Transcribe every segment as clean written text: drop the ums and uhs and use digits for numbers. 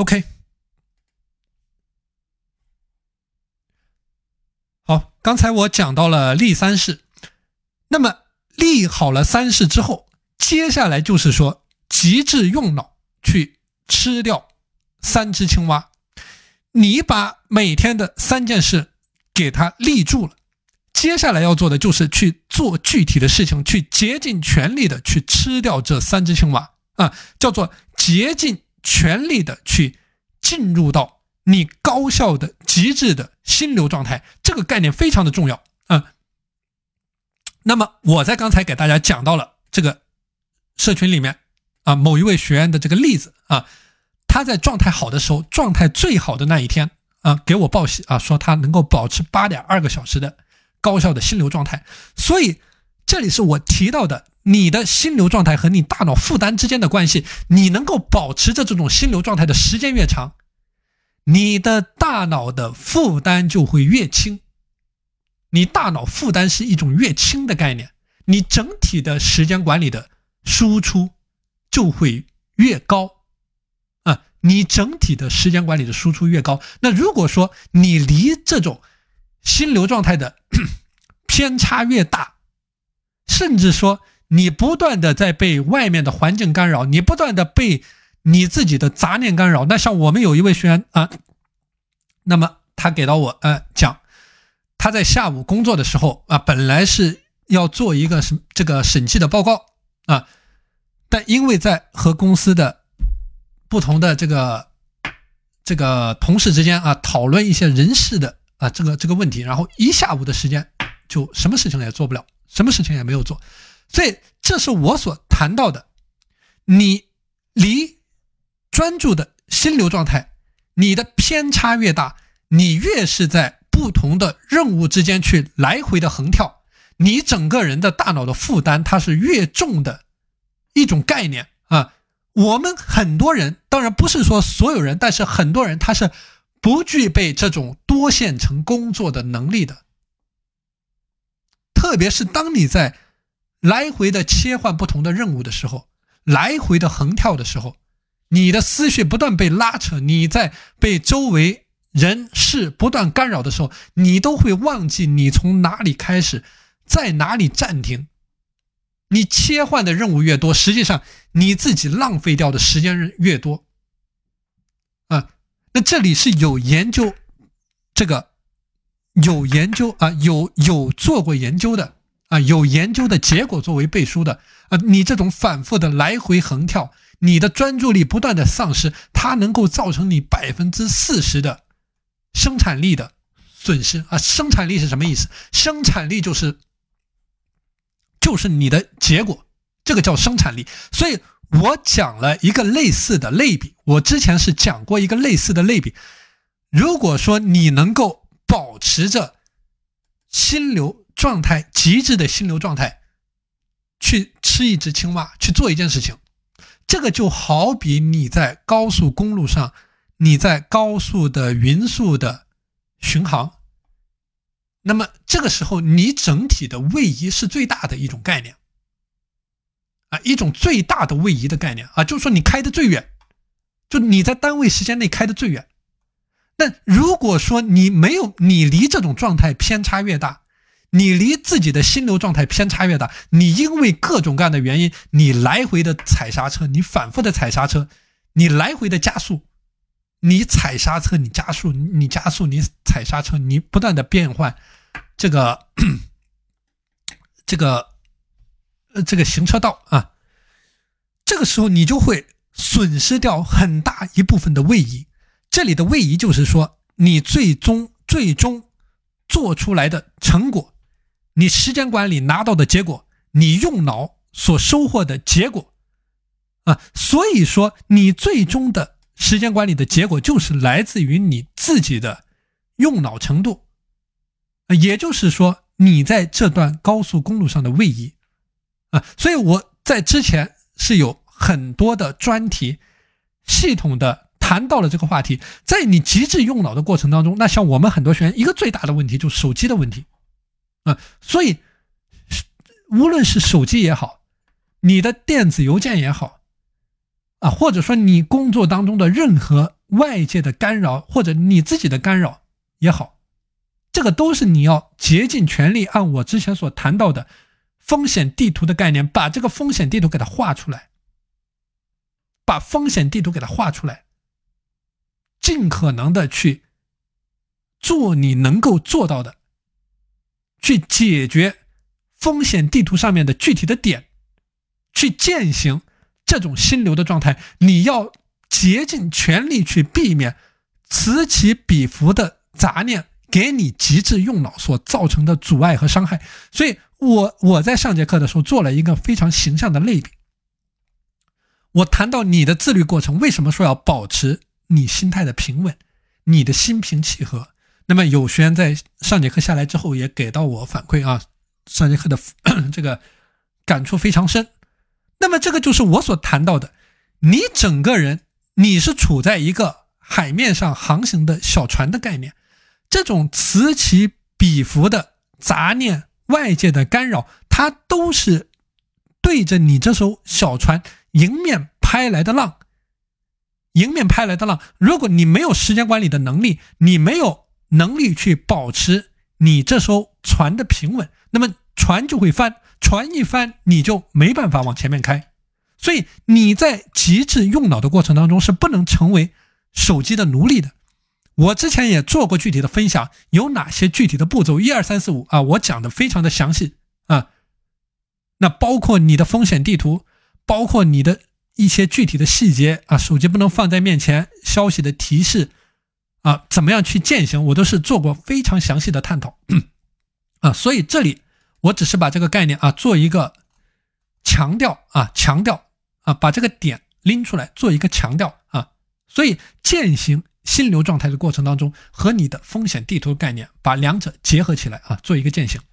OK， 好，刚才我讲到了立三式，那么立好了三式之后，接下来就是说极致用脑去吃掉3只青蛙。你把每天的3件事给它立住了，接下来要做的就是去做具体的事情，去竭尽全力的去吃掉这3只青蛙啊，叫做竭尽全力的去进入到你高效的极致的心流状态，这个概念非常的重要啊。那么我在刚才给大家讲到了这个社群里面啊某一位学员的这个例子啊，他在状态好的时候，状态最好的那一天啊，给我报喜啊，说他能够保持8.2个小时的高效的心流状态。所以这里是我提到的你的心流状态和你大脑负担之间的关系，你能够保持着这种心流状态的时间越长，你的大脑的负担就会越轻。你大脑负担是一种越轻的概念，你整体的时间管理的输出就会越高啊，你整体的时间管理的输出越高。那如果说你离这种心流状态的偏差越大，甚至说你不断的在被外面的环境干扰，你不断的被你自己的杂念干扰。那像我们有一位学员啊，那么他给到我讲，他在下午工作的时候啊，本来是要做一个这个审计的报告啊，但因为在和公司的不同的这个同事之间啊讨论一些人事的啊这个问题，然后一下午的时间就什么事情也做不了，什么事情也没有做。所以这是我所谈到的，你离专注的心流状态，你的偏差越大，你越是在不同的任务之间去来回的横跳，你整个人的大脑的负担它是越重的一种概念啊。我们很多人，当然不是说所有人，但是很多人他是不具备这种多线程工作的能力的。特别是当你在来回的切换不同的任务的时候，来回的横跳的时候，你的思绪不断被拉扯，你在被周围人事不断干扰的时候，你都会忘记你从哪里开始，在哪里暂停。你切换的任务越多，实际上你自己浪费掉的时间越多啊。那这里是有研究，这个有研究啊，有做过研究的啊，有研究的结果作为背书的啊。你这种反复的来回横跳，你的专注力不断的丧失，它能够造成你40%的生产力的损失啊。生产力是什么意思？生产力就是你的结果，这个叫生产力。所以我讲了一个类似的类比，我之前是讲过一个类似的类比。如果说你能够保持着心流状态，极致的心流状态，去吃一只青蛙，去做一件事情，这个就好比你在高速公路上，你在高速的匀速的巡航，那么这个时候你整体的位移是最大的一种概念啊，一种最大的位移的概念啊，就是说你开得最远，就你在单位时间内开得最远。但如果说你离这种状态偏差越大，你离自己的心流状态偏差越大，你因为各种各样的原因，你来回的踩刹车，你反复的踩刹车，你来回的加速，你踩刹车，你加速，你加速，你踩刹车，你不断的变换这个行车道啊，这个时候你就会损失掉很大一部分的位移。这里的位移就是说，你最终做出来的成果，你时间管理拿到的结果，你用脑所收获的结果啊。所以说你最终的时间管理的结果就是来自于你自己的用脑程度，也就是说你在这段高速公路上的位移啊。所以我在之前是有很多的专题系统的谈到了这个话题。在你极致用脑的过程当中，那像我们很多学员一个最大的问题就是手机的问题啊。所以无论是手机也好，你的电子邮件也好啊，或者说你工作当中的任何外界的干扰或者你自己的干扰也好，这个都是你要竭尽全力按我之前所谈到的风险地图的概念，把这个风险地图给它画出来，把风险地图给它画出来，尽可能的去做你能够做到的，去解决风险地图上面的具体的点，去践行这种心流的状态。你要竭尽全力去避免此起彼伏的杂念给你极致用脑所造成的阻碍和伤害。所以我在上节课的时候做了一个非常形象的类比，我谈到你的自律过程，为什么说要保持你心态的平稳，你的心平气和。那么有学员在上节课下来之后也给到我反馈啊，上节课的这个感触非常深。那么这个就是我所谈到的，你整个人你是处在一个海面上航行的小船的概念，这种此起彼伏的杂念外界的干扰，它都是对着你这艘小船迎面拍来的浪，如果你没有时间管理的能力，你没有能力去保持你这艘船的平稳，那么船就会翻，船一翻你就没办法往前面开。所以你在极致用脑的过程当中是不能成为手机的奴隶的。我之前也做过具体的分享，有哪些具体的步骤1 2 3 4 5啊，我讲的非常的详细啊。那包括你的风险地图，包括你的一些具体的细节啊，手机不能放在面前，消息的提示啊，怎么样去践行，我都是做过非常详细的探讨啊。所以这里我只是把这个概念啊做一个强调啊，把这个点拎出来做一个强调啊。所以践行心流状态的过程当中，和你的风险地图概念把两者结合起来啊，做一个践行。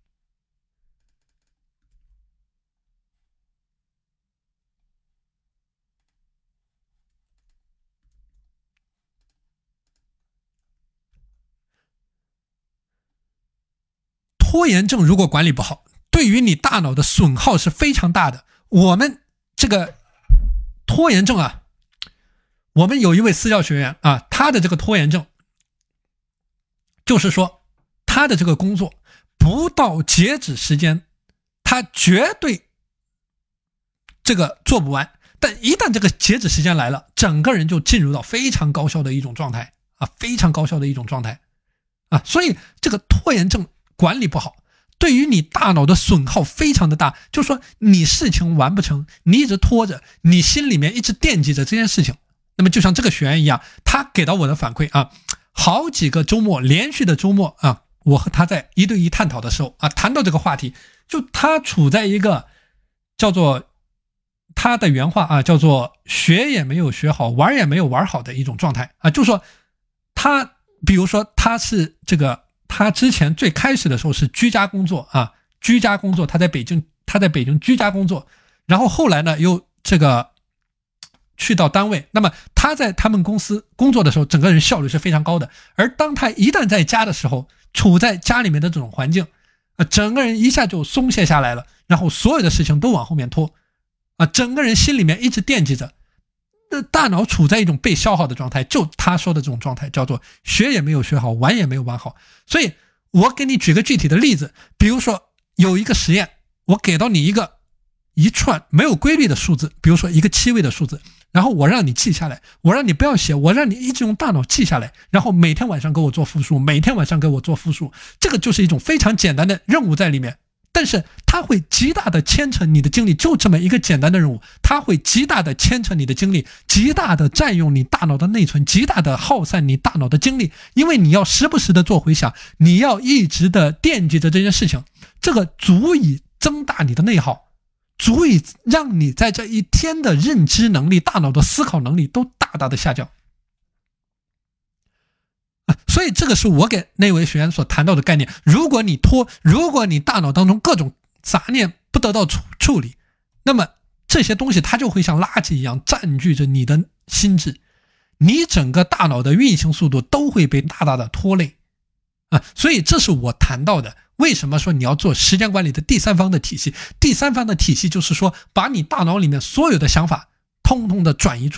拖延症如果管理不好，对于你大脑的损耗是非常大的。我们这个拖延症啊，我们有一位私教学员啊，他的这个拖延症就是说，他的这个工作不到截止时间他绝对这个做不完，但一旦这个截止时间来了，整个人就进入到非常高效的一种状态啊，非常高效的一种状态啊。所以这个拖延症管理不好，对于你大脑的损耗非常的大。就是说你事情完不成，你一直拖着，你心里面一直惦记着这件事情。那么就像这个学员一样，他给到我的反馈啊，好几个周末连续的周末啊，我和他在1对1探讨的时候啊，谈到这个话题，就他处在一个叫做他的原话啊，叫做学也没有学好，玩也没有玩好的一种状态啊。就是说他比如说他是这个，他之前最开始的时候是居家工作啊，他在北京居家工作，然后后来呢又这个去到单位，那么他在他们公司工作的时候，整个人效率是非常高的。而当他一旦在家的时候，处在家里面的这种环境整个人一下就松懈下来了，然后所有的事情都往后面拖整个人心里面一直惦记着，大脑处在一种被消耗的状态，就他说的这种状态叫做学也没有学好，玩也没有玩好。所以我给你举个具体的例子，比如说有一个实验，我给到你一串没有规律的数字，比如说一个7位的数字，然后我让你记下来，我让你不要写，我让你一直用大脑记下来，然后每天晚上给我做复述，这个就是一种非常简单的任务在里面。但是它会极大的牵扯你的精力，就这么一个简单的任务，它会极大的牵扯你的精力，极大的占用你大脑的内存，极大的耗散你大脑的精力，因为你要时不时的做回想，你要一直的惦记着这件事情，这个足以增大你的内耗，足以让你在这一天的认知能力、大脑的思考能力都大大的下降。所以这个是我给那位学员所谈到的概念。如果你大脑当中各种杂念不得到处理，那么这些东西它就会像垃圾一样占据着你的心智，你整个大脑的运行速度都会被大大的拖累所以这是我谈到的，为什么说你要做时间管理的第三方的体系。第三方的体系就是说，把你大脑里面所有的想法通通的转移出去，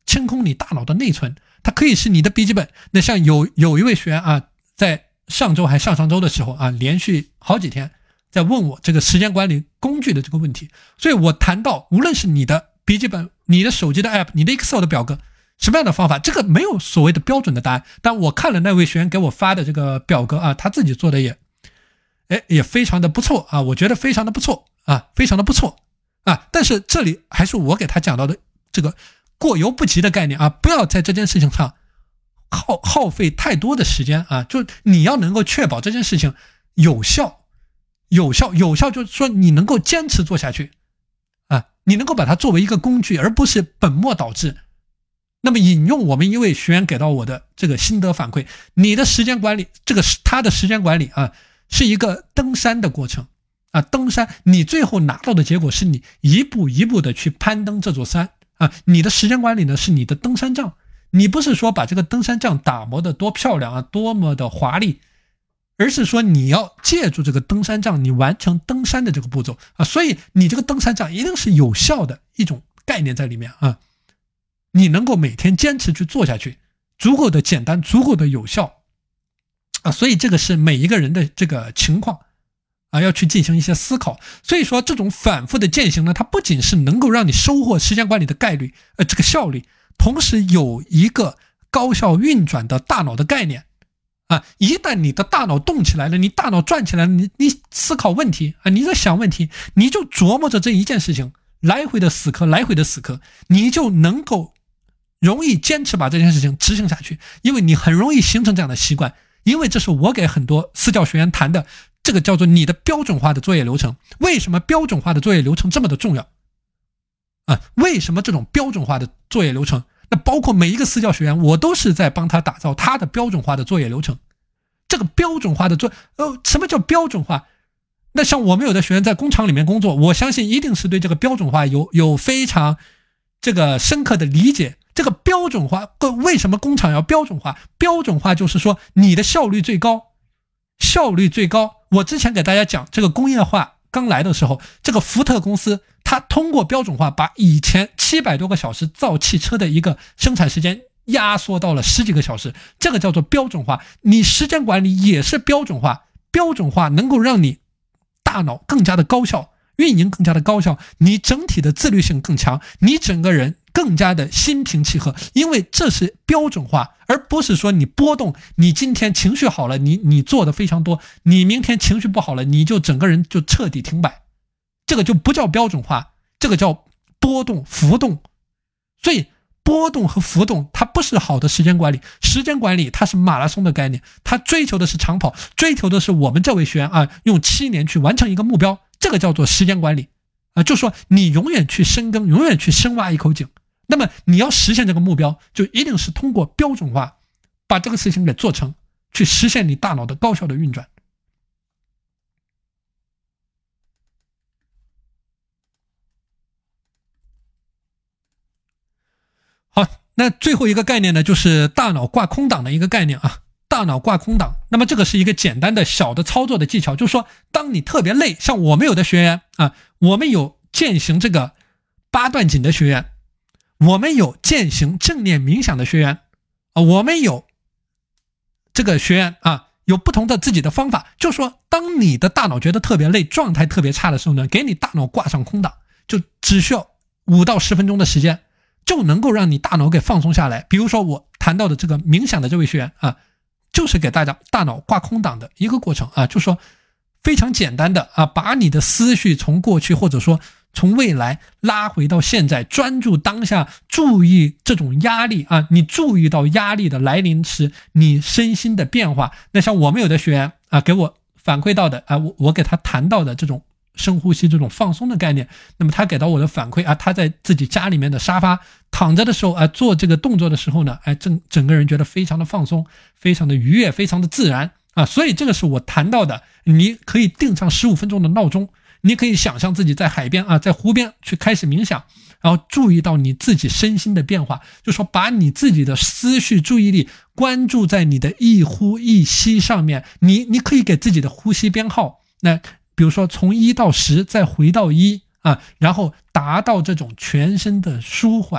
清空你大脑的内存，它可以是你的笔记本。那像有一位学员啊，在上周还上上周的时候啊，连续好几天在问我这个时间管理工具的这个问题。所以我谈到无论是你的笔记本、你的手机的 app、你的 Excel 的表格，什么样的方法，这个没有所谓的标准的答案。但我看了那位学员给我发的这个表格啊，他自己做的也非常的不错啊，我觉得非常的不错啊，非常的不错啊。但是这里还是我给他讲到的这个过犹不及的概念啊，不要在这件事情上耗费太多的时间啊，就你要能够确保这件事情有效，就是说你能够坚持做下去啊，你能够把它作为一个工具，而不是本末倒置。那么引用我们一位学员给到我的这个心得反馈，你的时间管理，这个他的时间管理啊，是一个登山的过程啊，登山你最后拿到的结果是你一步一步的去攀登这座山啊，你的时间管理呢是你的登山杖，你不是说把这个登山杖打磨的多漂亮啊，多么的华丽，而是说你要借助这个登山杖，你完成登山的这个步骤啊，所以你这个登山杖一定是有效的一种概念在里面啊，你能够每天坚持去做下去，足够的简单，足够的有效啊，所以这个是每一个人的这个情况啊，要去进行一些思考。所以说这种反复的践行呢，它不仅是能够让你收获时间管理的概率，这个效率，同时有一个高效运转的大脑的概念啊。一旦你的大脑动起来了，你大脑转起来了，你思考问题啊，你在想问题，你就琢磨着这一件事情，来回的死磕，你就能够容易坚持把这件事情执行下去，因为你很容易形成这样的习惯。因为这是我给很多私教学员谈的，这个叫做你的标准化的作业流程。为什么标准化的作业流程这么的重要啊？为什么这种标准化的作业流程，那包括每一个私教学员，我都是在帮他打造他的标准化的作业流程。这个标准化的什么叫标准化？那像我们有的学员在工厂里面工作，我相信一定是对这个标准化有非常这个深刻的理解。这个标准化，为什么工厂要标准化？标准化就是说你的效率最高。我之前给大家讲，这个工业化刚来的时候，这个福特公司它通过标准化把以前700多个小时造汽车的一个生产时间压缩到了10几个小时，这个叫做标准化。你时间管理也是标准化，标准化能够让你大脑更加的高效，运营更加的高效，你整体的自律性更强，你整个人更加的心平气和，因为这是标准化，而不是说你波动，你今天情绪好了，你做的非常多，你明天情绪不好了，你就整个人就彻底停摆，这个就不叫标准化，这个叫波动浮动。所以波动和浮动它不是好的时间管理，时间管理它是马拉松的概念，它追求的是长跑，追求的是我们这位学员啊，用7年去完成一个目标，这个叫做时间管理啊，就说你永远去深耕，永远去深挖一口井。那么你要实现这个目标，就一定是通过标准化把这个事情给做成，去实现你大脑的高效的运转。好，那最后一个概念呢，就是大脑挂空档的一个概念啊。大脑挂空档，那么这个是一个简单的小的操作的技巧，就是说当你特别累，像我们有的学员啊，我们有践行这个8段锦的学员，我们有践行正念冥想的学员啊，我们有这个学员啊，有不同的自己的方法，就是说当你的大脑觉得特别累，状态特别差的时候呢，给你大脑挂上空档，就只需要5到10分钟的时间，就能够让你大脑给放松下来。比如说我谈到的这个冥想的这位学员啊，就是给大家大脑挂空档的一个过程啊，就是说非常简单的啊，把你的思绪从过去或者说从未来拉回到现在，专注当下，注意这种压力啊，你注意到压力的来临时你身心的变化。那像我们有的学员啊给我反馈到的啊，我给他谈到的这种深呼吸这种放松的概念，那么他给到我的反馈啊，他在自己家里面的沙发躺着的时候啊，做这个动作的时候呢，整个人觉得非常的放松，非常的愉悦，非常的自然啊。所以这个是我谈到的，你可以定上15分钟的闹钟，你可以想象自己在海边啊，在湖边去开始冥想，然后注意到你自己身心的变化，就说把你自己的思绪注意力关注在你的一呼一吸上面，你可以给自己的呼吸编号，那比如说从1到10再回到1啊，然后达到这种全身的舒缓，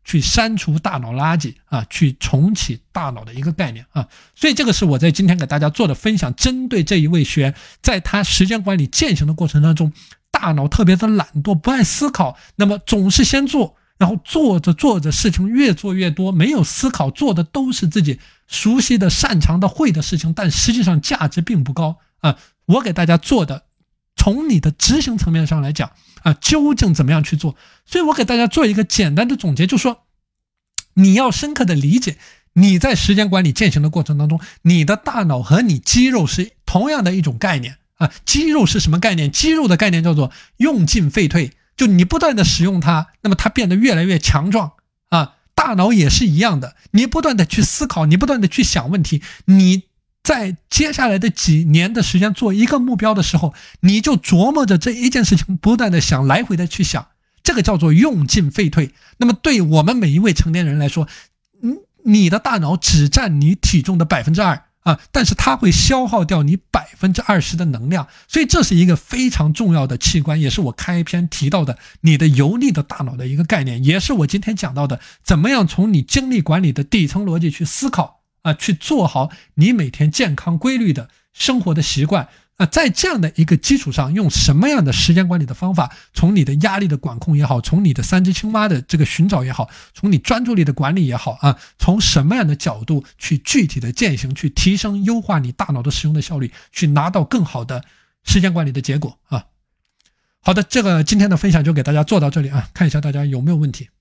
去删除大脑垃圾啊，去重启大脑的一个概念啊。所以这个是我在今天给大家做的分享，针对这一位学员在他时间管理践行的过程当中，大脑特别的懒惰，不爱思考，那么总是先做，然后做着事情越做越多，没有思考，做的都是自己熟悉的、擅长的、会的事情，但实际上价值并不高啊。我给大家做的，从你的执行层面上来讲啊，究竟怎么样去做？所以我给大家做一个简单的总结，就是说，你要深刻的理解，你在时间管理践行的过程当中，你的大脑和你肌肉是同样的一种概念啊。肌肉是什么概念？肌肉的概念叫做用进废退，就你不断的使用它，那么它变得越来越强壮啊。大脑也是一样的，你不断的去思考，你不断的去想问题，你在接下来的几年的时间做一个目标的时候，你就琢磨着这一件事情，不断的想，来回的去想，这个叫做用进废退。那么对我们每一位成年人来说，你的大脑只占你体重的2%啊，但是它会消耗掉你20%的能量，所以这是一个非常重要的器官，也是我开篇提到的你的游离的大脑的一个概念，也是我今天讲到的怎么样从你精力管理的底层逻辑去思考啊，去做好你每天健康规律的生活的习惯啊，在这样的一个基础上，用什么样的时间管理的方法，从你的压力的管控也好，从你的3只青蛙的这个寻找也好，从你专注力的管理也好啊，从什么样的角度去具体的践行，去提升优化你大脑的使用的效率，去拿到更好的时间管理的结果啊。好的，这个今天的分享就给大家做到这里啊，看一下大家有没有问题。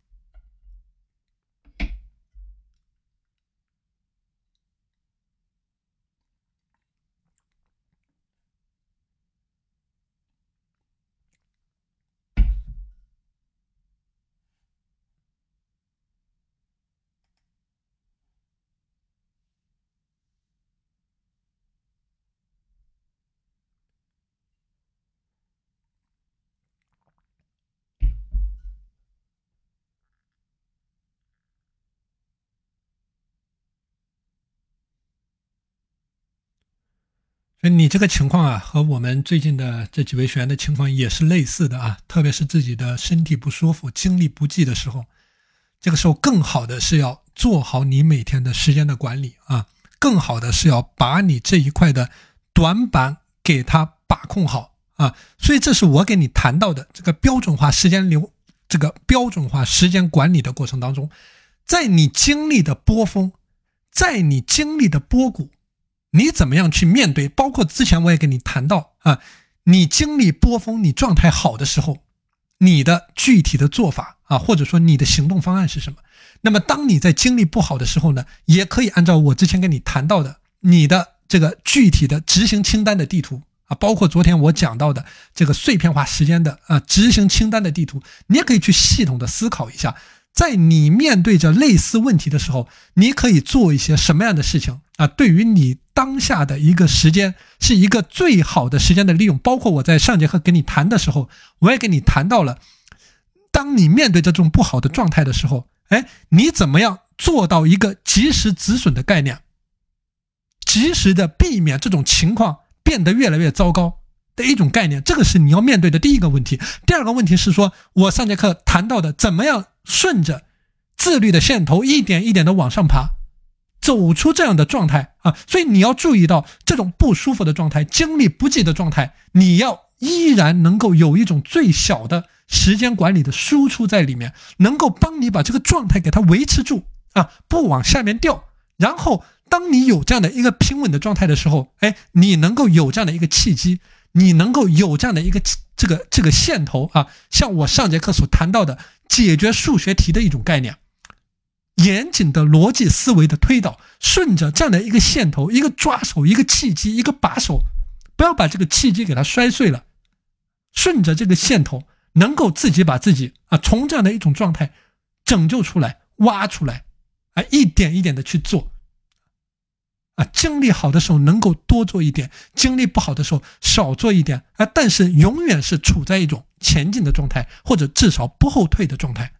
所以你这个情况啊，和我们最近的这几位学员的情况也是类似的啊，特别是自己的身体不舒服、精力不济的时候，这个时候更好的是要做好你每天的时间的管理啊，更好的是要把你这一块的短板给它把控好啊。所以这是我给你谈到的这个标准化时间流，这个标准化时间管理的过程当中，在你经历的波峰，在你经历的波谷，你怎么样去面对？包括之前我也跟你谈到啊，你经历波峰，你状态好的时候，你的具体的做法啊，或者说你的行动方案是什么？那么当你在经历不好的时候呢，也可以按照我之前跟你谈到的你的这个具体的执行清单的地图啊，包括昨天我讲到的这个碎片化时间的执行清单的地图，你也可以去系统的思考一下，在你面对着类似问题的时候，你可以做一些什么样的事情啊？对于你当下的一个时间是一个最好的时间的利用。包括我在上节课跟你谈的时候，我也跟你谈到了，当你面对这种不好的状态的时候，你怎么样做到一个及时止损的概念，及时的避免这种情况变得越来越糟糕的一种概念，这个是你要面对的第一个问题。第二个问题是说，我上节课谈到的，怎么样顺着自律的线头一点一点的往上爬，走出这样的状态啊。所以你要注意到这种不舒服的状态、精力不济的状态，你要依然能够有一种最小的时间管理的输出在里面，能够帮你把这个状态给它维持住啊，不往下面掉。然后当你有这样的一个平稳的状态的时候，你能够有这样的一个契机，你能够有这样的一个这个线头啊，像我上节课所谈到的解决数学题的一种概念，严谨的逻辑思维的推导，顺着这样的一个线头，一个抓手，一个契机，一个把手，不要把这个契机给它摔碎了，顺着这个线头，能够自己把自己从这样的一种状态拯救出来，挖出来一点一点的去做精力好的时候能够多做一点，精力不好的时候少做一点但是永远是处在一种前进的状态，或者至少不后退的状态。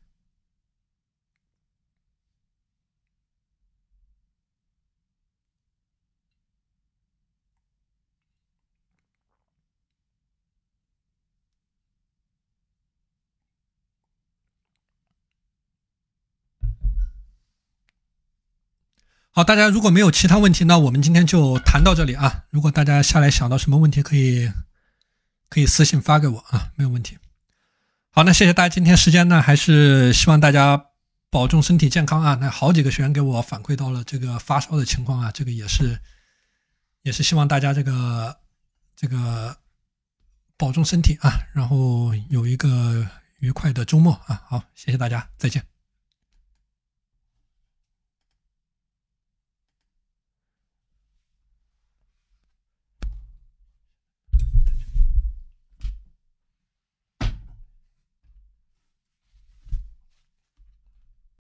好，大家如果没有其他问题，那我们今天就谈到这里啊。如果大家下来想到什么问题，可以私信发给我啊，没有问题。好，那谢谢大家今天时间呢，还是希望大家保重身体健康啊。那好几个学员给我反馈到了这个发烧的情况啊，这个也是希望大家这个保重身体啊，然后有一个愉快的周末啊。好，谢谢大家，再见。